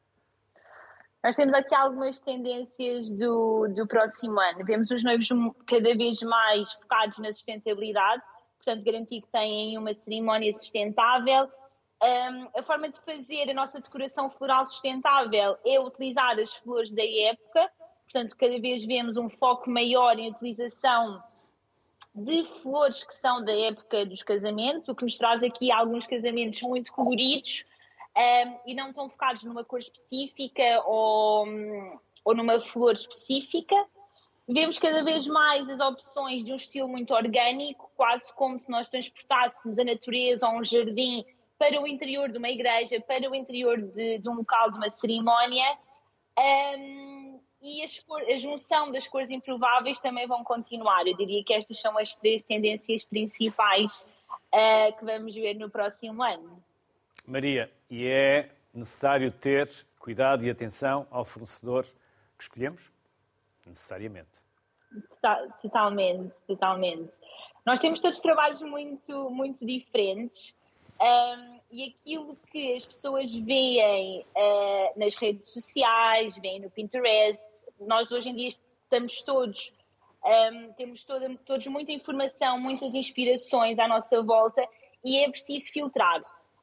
Nós temos aqui algumas tendências do, do próximo ano. Vemos os noivos cada vez mais focados na sustentabilidade, portanto, garantir que têm uma cerimónia sustentável. Um, a forma de fazer a nossa decoração floral sustentável é utilizar as flores da época, portanto, cada vez vemos um foco maior em utilização de flores que são da época dos casamentos, o que nos traz aqui alguns casamentos muito coloridos um, e não tão focados numa cor específica ou, ou numa flor específica. Vemos cada vez mais as opções de um estilo muito orgânico, quase como se nós transportássemos a natureza ou um jardim para o interior de uma igreja, para o interior de, de um local de uma cerimónia. Um, e a, a junção das cores improváveis também vão continuar. Eu diria que estas são as três tendências principais uh, que vamos ver no próximo ano. Maria, e é necessário ter cuidado e atenção ao fornecedor que escolhemos? Necessariamente. Totalmente, totalmente. Nós temos todos trabalhos muito, muito diferentes. Um, e aquilo que as pessoas veem uh, nas redes sociais, veem no Pinterest, nós hoje em dia estamos todos, um, temos toda, todos muita informação, muitas inspirações à nossa volta e é preciso filtrar.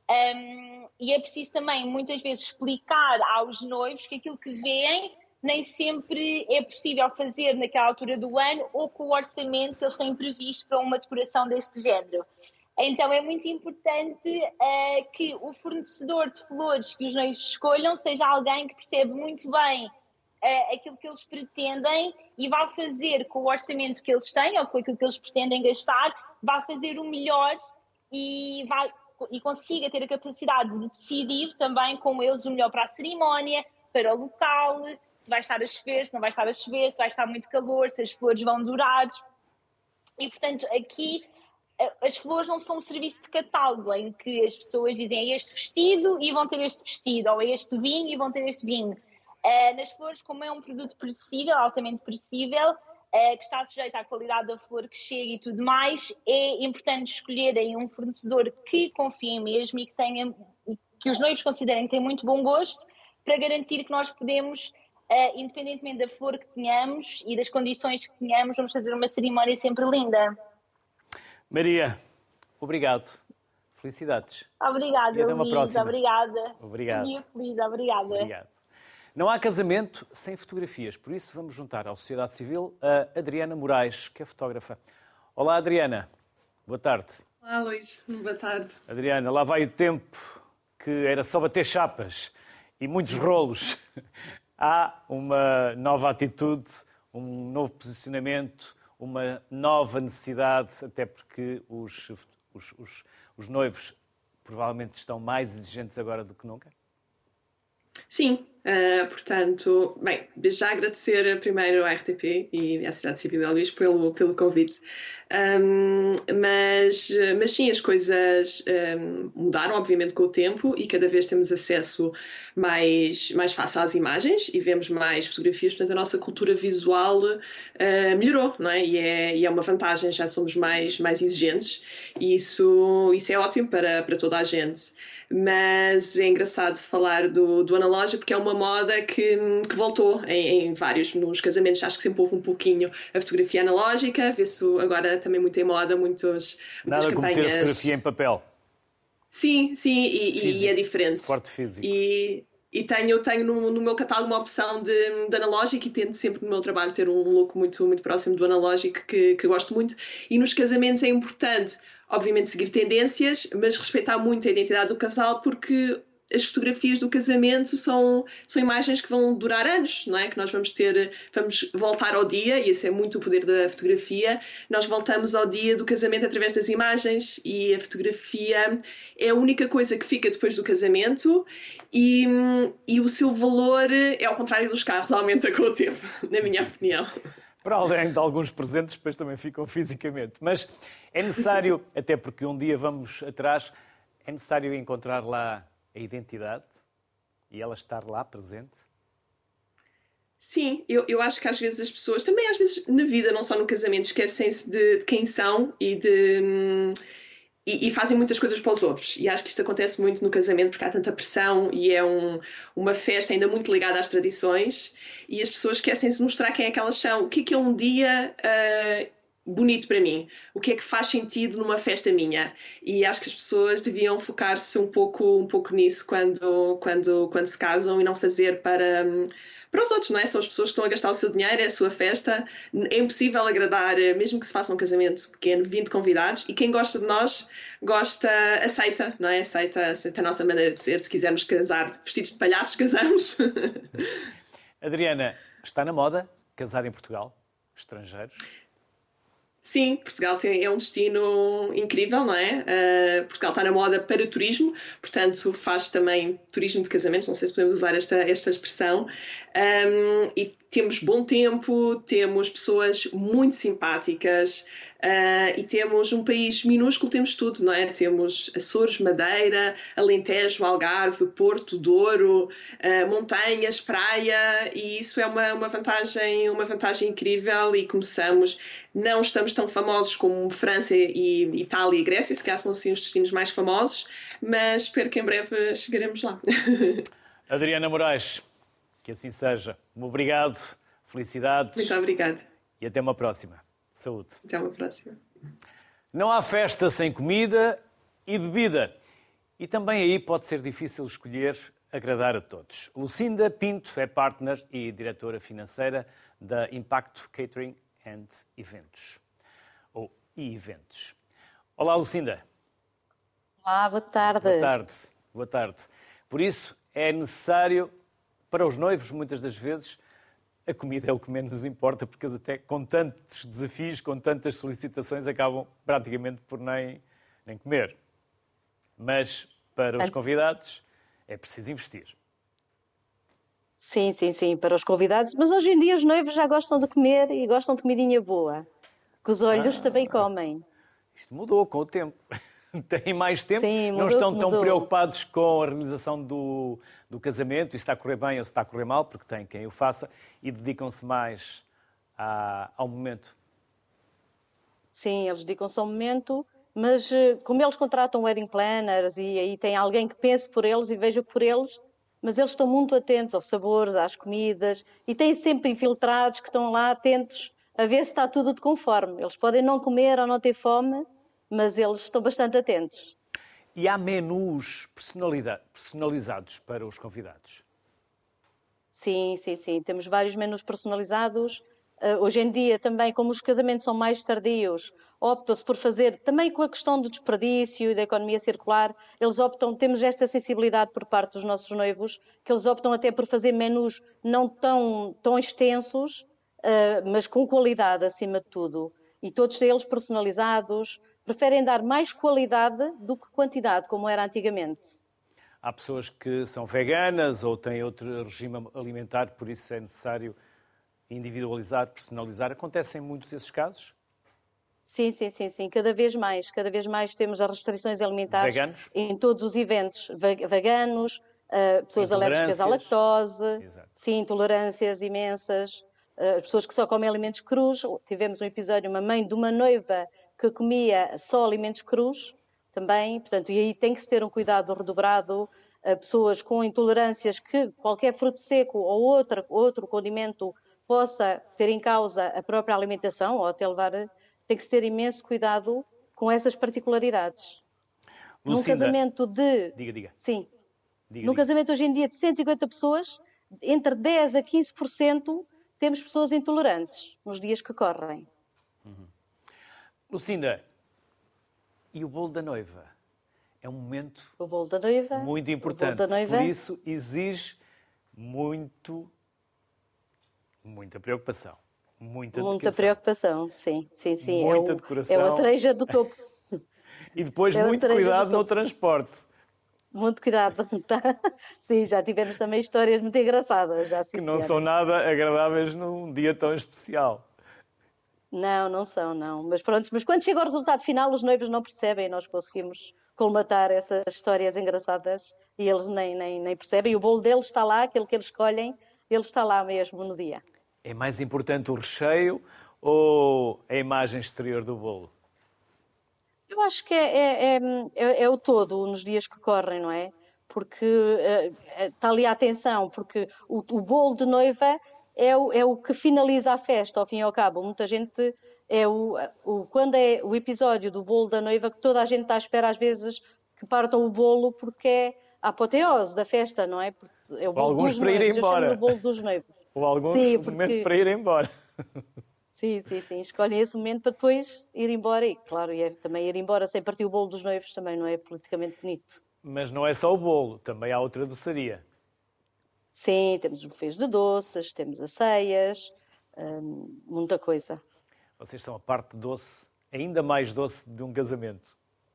Um, e é preciso também muitas vezes explicar aos noivos que aquilo que veem nem sempre é possível fazer naquela altura do ano ou com o orçamento que eles têm previsto para uma decoração deste género. Então é muito importante uh, que o fornecedor de flores que os noivos escolham seja alguém que percebe muito bem uh, aquilo que eles pretendem e vai fazer com o orçamento que eles têm ou com aquilo que eles pretendem gastar, vai fazer o melhor e, vai, e consiga ter a capacidade de decidir também com eles o melhor para a cerimónia, para o local, se vai estar a chover, se não vai estar a chover, se vai estar muito calor, se as flores vão durar. E portanto aqui as flores não são um serviço de catálogo em que as pessoas dizem é este vestido e vão ter este vestido, ou é este vinho e vão ter este vinho. Uh, nas flores, como é um produto perecível, altamente perecível, uh, que está sujeito à qualidade da flor que chega e tudo mais, é importante escolherem um fornecedor que confiem mesmo e que, tenha, que os noivos considerem que tem muito bom gosto, para garantir que nós podemos, uh, independentemente da flor que tenhamos e das condições que tenhamos, vamos fazer uma cerimónia sempre linda. Maria, obrigado. Felicidades. Obrigada, e até uma Luís. Próxima. Obrigada. Obrigado. Dia feliz, obrigada. Obrigado. Não há casamento sem fotografias, por isso vamos juntar à sociedade civil a Adriana Moraes, que é fotógrafa. Olá, Adriana. Boa tarde. Olá, Luís. Boa tarde. Adriana, lá vai o tempo que era só bater chapas e muitos rolos. Há uma nova atitude, um novo posicionamento, uma nova necessidade, até porque os, os, os, os noivos provavelmente estão mais exigentes agora do que nunca? Sim, uh, portanto, bem, desde já agradecer primeiro à R T P e à Sociedade Civil da Luís pelo, pelo convite. Um, mas, mas sim, as coisas um, mudaram, obviamente, com o tempo e cada vez temos acesso mais, mais fácil às imagens e vemos mais fotografias, portanto a nossa cultura visual uh, melhorou, não é? E, é? e é uma vantagem, já somos mais, mais exigentes e isso, isso é ótimo para, para toda a gente. Mas é engraçado falar do, do analógico porque é uma moda que, que voltou em, em vários, nos casamentos acho que sempre houve um pouquinho a fotografia analógica, vê-se agora também muito em moda, muitos, muitas Nada campanhas. Como ter a fotografia em papel. Sim, sim, e, e é diferente. Suporte físico. E, e tenho, tenho no, no meu catálogo uma opção de, de analógico e tento sempre no meu trabalho ter um look muito, muito próximo do analógico que, que gosto muito. E nos casamentos é importante, obviamente, seguir tendências, mas respeitar muito a identidade do casal, porque as fotografias do casamento são, são imagens que vão durar anos, não é? Que nós vamos ter, vamos voltar ao dia, e esse é muito o poder da fotografia, nós voltamos ao dia do casamento através das imagens e a fotografia é a única coisa que fica depois do casamento e, e o seu valor, é ao contrário dos carros, aumenta com o tempo, na minha opinião. Para além de alguns presentes, depois também ficam fisicamente. Mas é necessário, até porque um dia vamos atrás, é necessário encontrar lá a identidade e ela estar lá presente? Sim, eu, eu acho que às vezes as pessoas, também às vezes na vida, não só no casamento, esquecem-se de, de quem são e de... Hum, E, e fazem muitas coisas para os outros. E acho que isto acontece muito no casamento porque há tanta pressão e é um, uma festa ainda muito ligada às tradições e as pessoas esquecem-se de mostrar quem é que elas são. O que é que é um dia uh, bonito para mim? O que é que faz sentido numa festa minha? E acho que as pessoas deviam focar-se um pouco, um pouco nisso quando, quando, quando se casam e não fazer para... Um, para os outros, não é? São as pessoas que estão a gastar o seu dinheiro, é a sua festa. É impossível agradar, mesmo que se faça um casamento pequeno, vinte convidados, e quem gosta de nós, gosta, aceita, não é? Aceita, aceita a nossa maneira de ser. Se quisermos casar vestidos de palhaços, casamos. Adriana, está na moda casar em Portugal? Estrangeiros? Sim, Portugal tem, é um destino incrível, não é? Uh, Portugal está na moda para turismo, portanto faz também turismo de casamentos, não sei se podemos usar esta, esta expressão, um, e temos bom tempo, temos pessoas muito simpáticas uh, e temos um país minúsculo, temos tudo, não é? Temos Açores, Madeira, Alentejo, Algarve, Porto, Douro, uh, montanhas, praia, e isso é uma, uma, vantagem, uma vantagem incrível e começamos... Não estamos tão famosos como França e Itália e Grécia, se calhar são assim os destinos mais famosos, mas espero que em breve chegaremos lá. Adriana Moraes, que assim seja. Obrigado, felicidades. Muito obrigada. E até uma próxima. Saúde. Até uma próxima. Não há festa sem comida e bebida. E também aí pode ser difícil escolher agradar a todos. Lucinda Pinto é partner e diretora financeira da Impacto Catering and Eventos, ou e-eventos. Olá, Lucinda. Olá, boa tarde. Boa tarde, boa tarde. Por isso, é necessário, para os noivos, muitas das vezes, a comida é o que menos nos importa, porque eles até, com tantos desafios, com tantas solicitações, acabam praticamente por nem, nem comer. Mas, para os convidados, é preciso investir. Sim, sim, sim, para os convidados. Mas hoje em dia os noivos já gostam de comer e gostam de comidinha boa. Que os olhos ah, também comem. Isto mudou com o tempo. Têm mais tempo, sim, mudou, não estão tão mudou. preocupados com a realização do, do casamento, se está a correr bem ou se está a correr mal, porque tem quem o faça, e dedicam-se mais à, ao momento. Sim, eles dedicam-se ao momento, mas como eles contratam wedding planners e aí tem alguém que pense por eles e veja por eles, mas eles estão muito atentos aos sabores, às comidas, e têm sempre infiltrados que estão lá atentos a ver se está tudo de conforme. Eles podem não comer ou não ter fome, mas eles estão bastante atentos. E há menus personalizados para os convidados? Sim, sim, sim. Temos vários menus personalizados. Uh, hoje em dia também, como os casamentos são mais tardios, optam-se por fazer, também com a questão do desperdício e da economia circular, eles optam, temos esta sensibilidade por parte dos nossos noivos, que eles optam até por fazer menus não tão, tão extensos, uh, mas com qualidade acima de tudo. E todos eles personalizados, preferem dar mais qualidade do que quantidade, como era antigamente. Há pessoas que são veganas ou têm outro regime alimentar, por isso é necessário individualizar, personalizar. Acontecem muitos esses casos? Sim, sim, sim, sim. Cada vez mais. Cada vez mais temos as restrições alimentares veganos? Em todos os eventos. Veganos, uh, pessoas alérgicas à lactose, exato. Sim, intolerâncias imensas, uh, pessoas que só comem alimentos crus. Tivemos um episódio, uma mãe de uma noiva que comia só alimentos crus também, portanto, e aí tem que se ter um cuidado redobrado. Uh, pessoas com intolerâncias que qualquer fruto seco ou outra, outro condimento possa ter em causa a própria alimentação ou até levar... Tem que se ter imenso cuidado com essas particularidades. Lucinda, num casamento de... Diga, diga. Sim. Diga, num diga. casamento hoje em dia de cento e cinquenta pessoas, entre dez a quinze por cento temos pessoas intolerantes nos dias que correm. Uhum. Lucinda, e o bolo da noiva? É um momento o bolo da noiva, muito importante. O bolo da noiva. Por isso exige muito, muita preocupação. Muita, muita preocupação, sim. sim, sim. Muita é o, decoração. É a cereja do topo. E depois é muito cuidado no transporte. Muito cuidado. Sim, já tivemos também histórias muito engraçadas. Já, que não são nada agradáveis num dia tão especial. Não, não são, não. Mas pronto, mas quando chega o resultado final, os noivos não percebem e nós conseguimos colmatar essas histórias engraçadas e eles nem, nem, nem percebem. E o bolo deles está lá, aquele que eles escolhem, ele está lá mesmo no dia. É mais importante o recheio ou a imagem exterior do bolo? Eu acho que é, é, é, é o todo nos dias que correm, não é? Porque uh, está ali a atenção, porque o, o bolo de noiva é o, é o que finaliza a festa, ao fim e ao cabo. Muita gente, é o, o, quando é o episódio do bolo da noiva, que toda a gente está à espera às vezes que partam o bolo, porque é a apoteose da festa, não é? Porque é o bolo alguns dos para noivos, ir embora. eu chamo-lhe o bolo dos noivos. Ou alguns sim, porque... porque... para ir embora. Sim, sim, sim. Escolhem esse momento para depois ir embora. E, claro, e é também ir embora sem partir o bolo dos noivos também não é politicamente bonito. Mas não é só o bolo, também há outra doçaria. Sim, temos os bufês de doces, temos as ceias, hum, muita coisa. Vocês são a parte doce, ainda mais doce de um casamento.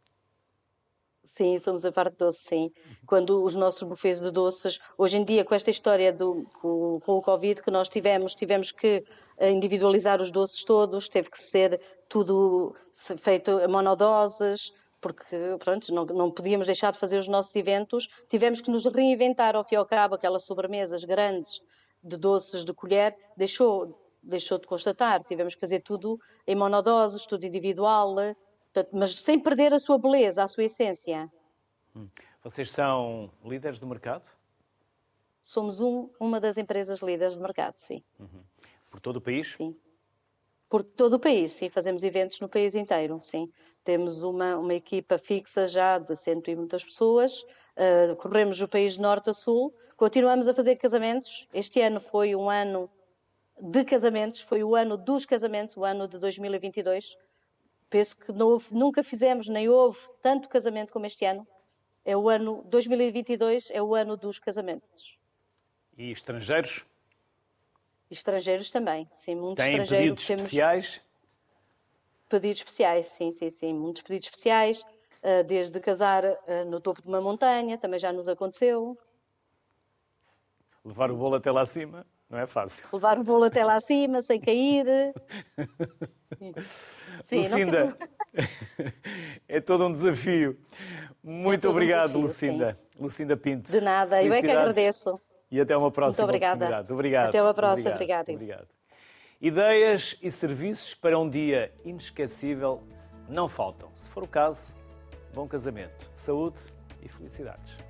Sim, somos a parte doce, sim. Quando os nossos bufês de doces, hoje em dia, com esta história do, com, com o Covid que nós tivemos, tivemos que individualizar os doces todos, teve que ser tudo feito a monodoses, porque pronto, não, não podíamos deixar de fazer os nossos eventos, tivemos que nos reinventar ao fim e ao cabo, aquelas sobremesas grandes de doces de colher, deixou, deixou de constatar, tivemos que fazer tudo em monodoses, tudo individual, mas sem perder a sua beleza, a sua essência. Vocês são líderes do mercado? Somos um, uma das empresas líderes do mercado, sim. Uhum. Por todo o país? Sim. Por todo o país, sim. Fazemos eventos no país inteiro, sim. Temos uma, uma equipa fixa já de cento e muitas pessoas. Uh, corremos o país de norte a sul. Continuamos a fazer casamentos. Este ano foi um ano de casamentos, foi o ano dos casamentos, o ano de dois mil e vinte e dois. Penso que não houve, nunca fizemos, nem houve tanto casamento como este ano. É o ano dois mil e vinte e dois, é o ano dos casamentos. E estrangeiros? Estrangeiros também, sim, muitos Têm estrangeiros. pedidos temos... especiais? Pedidos especiais, sim, sim, sim, muitos pedidos especiais, desde casar no topo de uma montanha, também já nos aconteceu. Levar o bolo até lá acima não é fácil. Levar o bolo até lá acima, sem cair. Sim, Lucinda, não... é todo um desafio. Muito é obrigado, um desafio, Lucinda. Sim. Lucinda Pinto. De nada, eu é que agradeço. E até uma próxima Muito obrigada. oportunidade. Obrigado. Até uma próxima, obrigado. obrigada. Obrigado. Ideias e serviços para um dia inesquecível não faltam. Se for o caso, bom casamento, saúde e felicidades.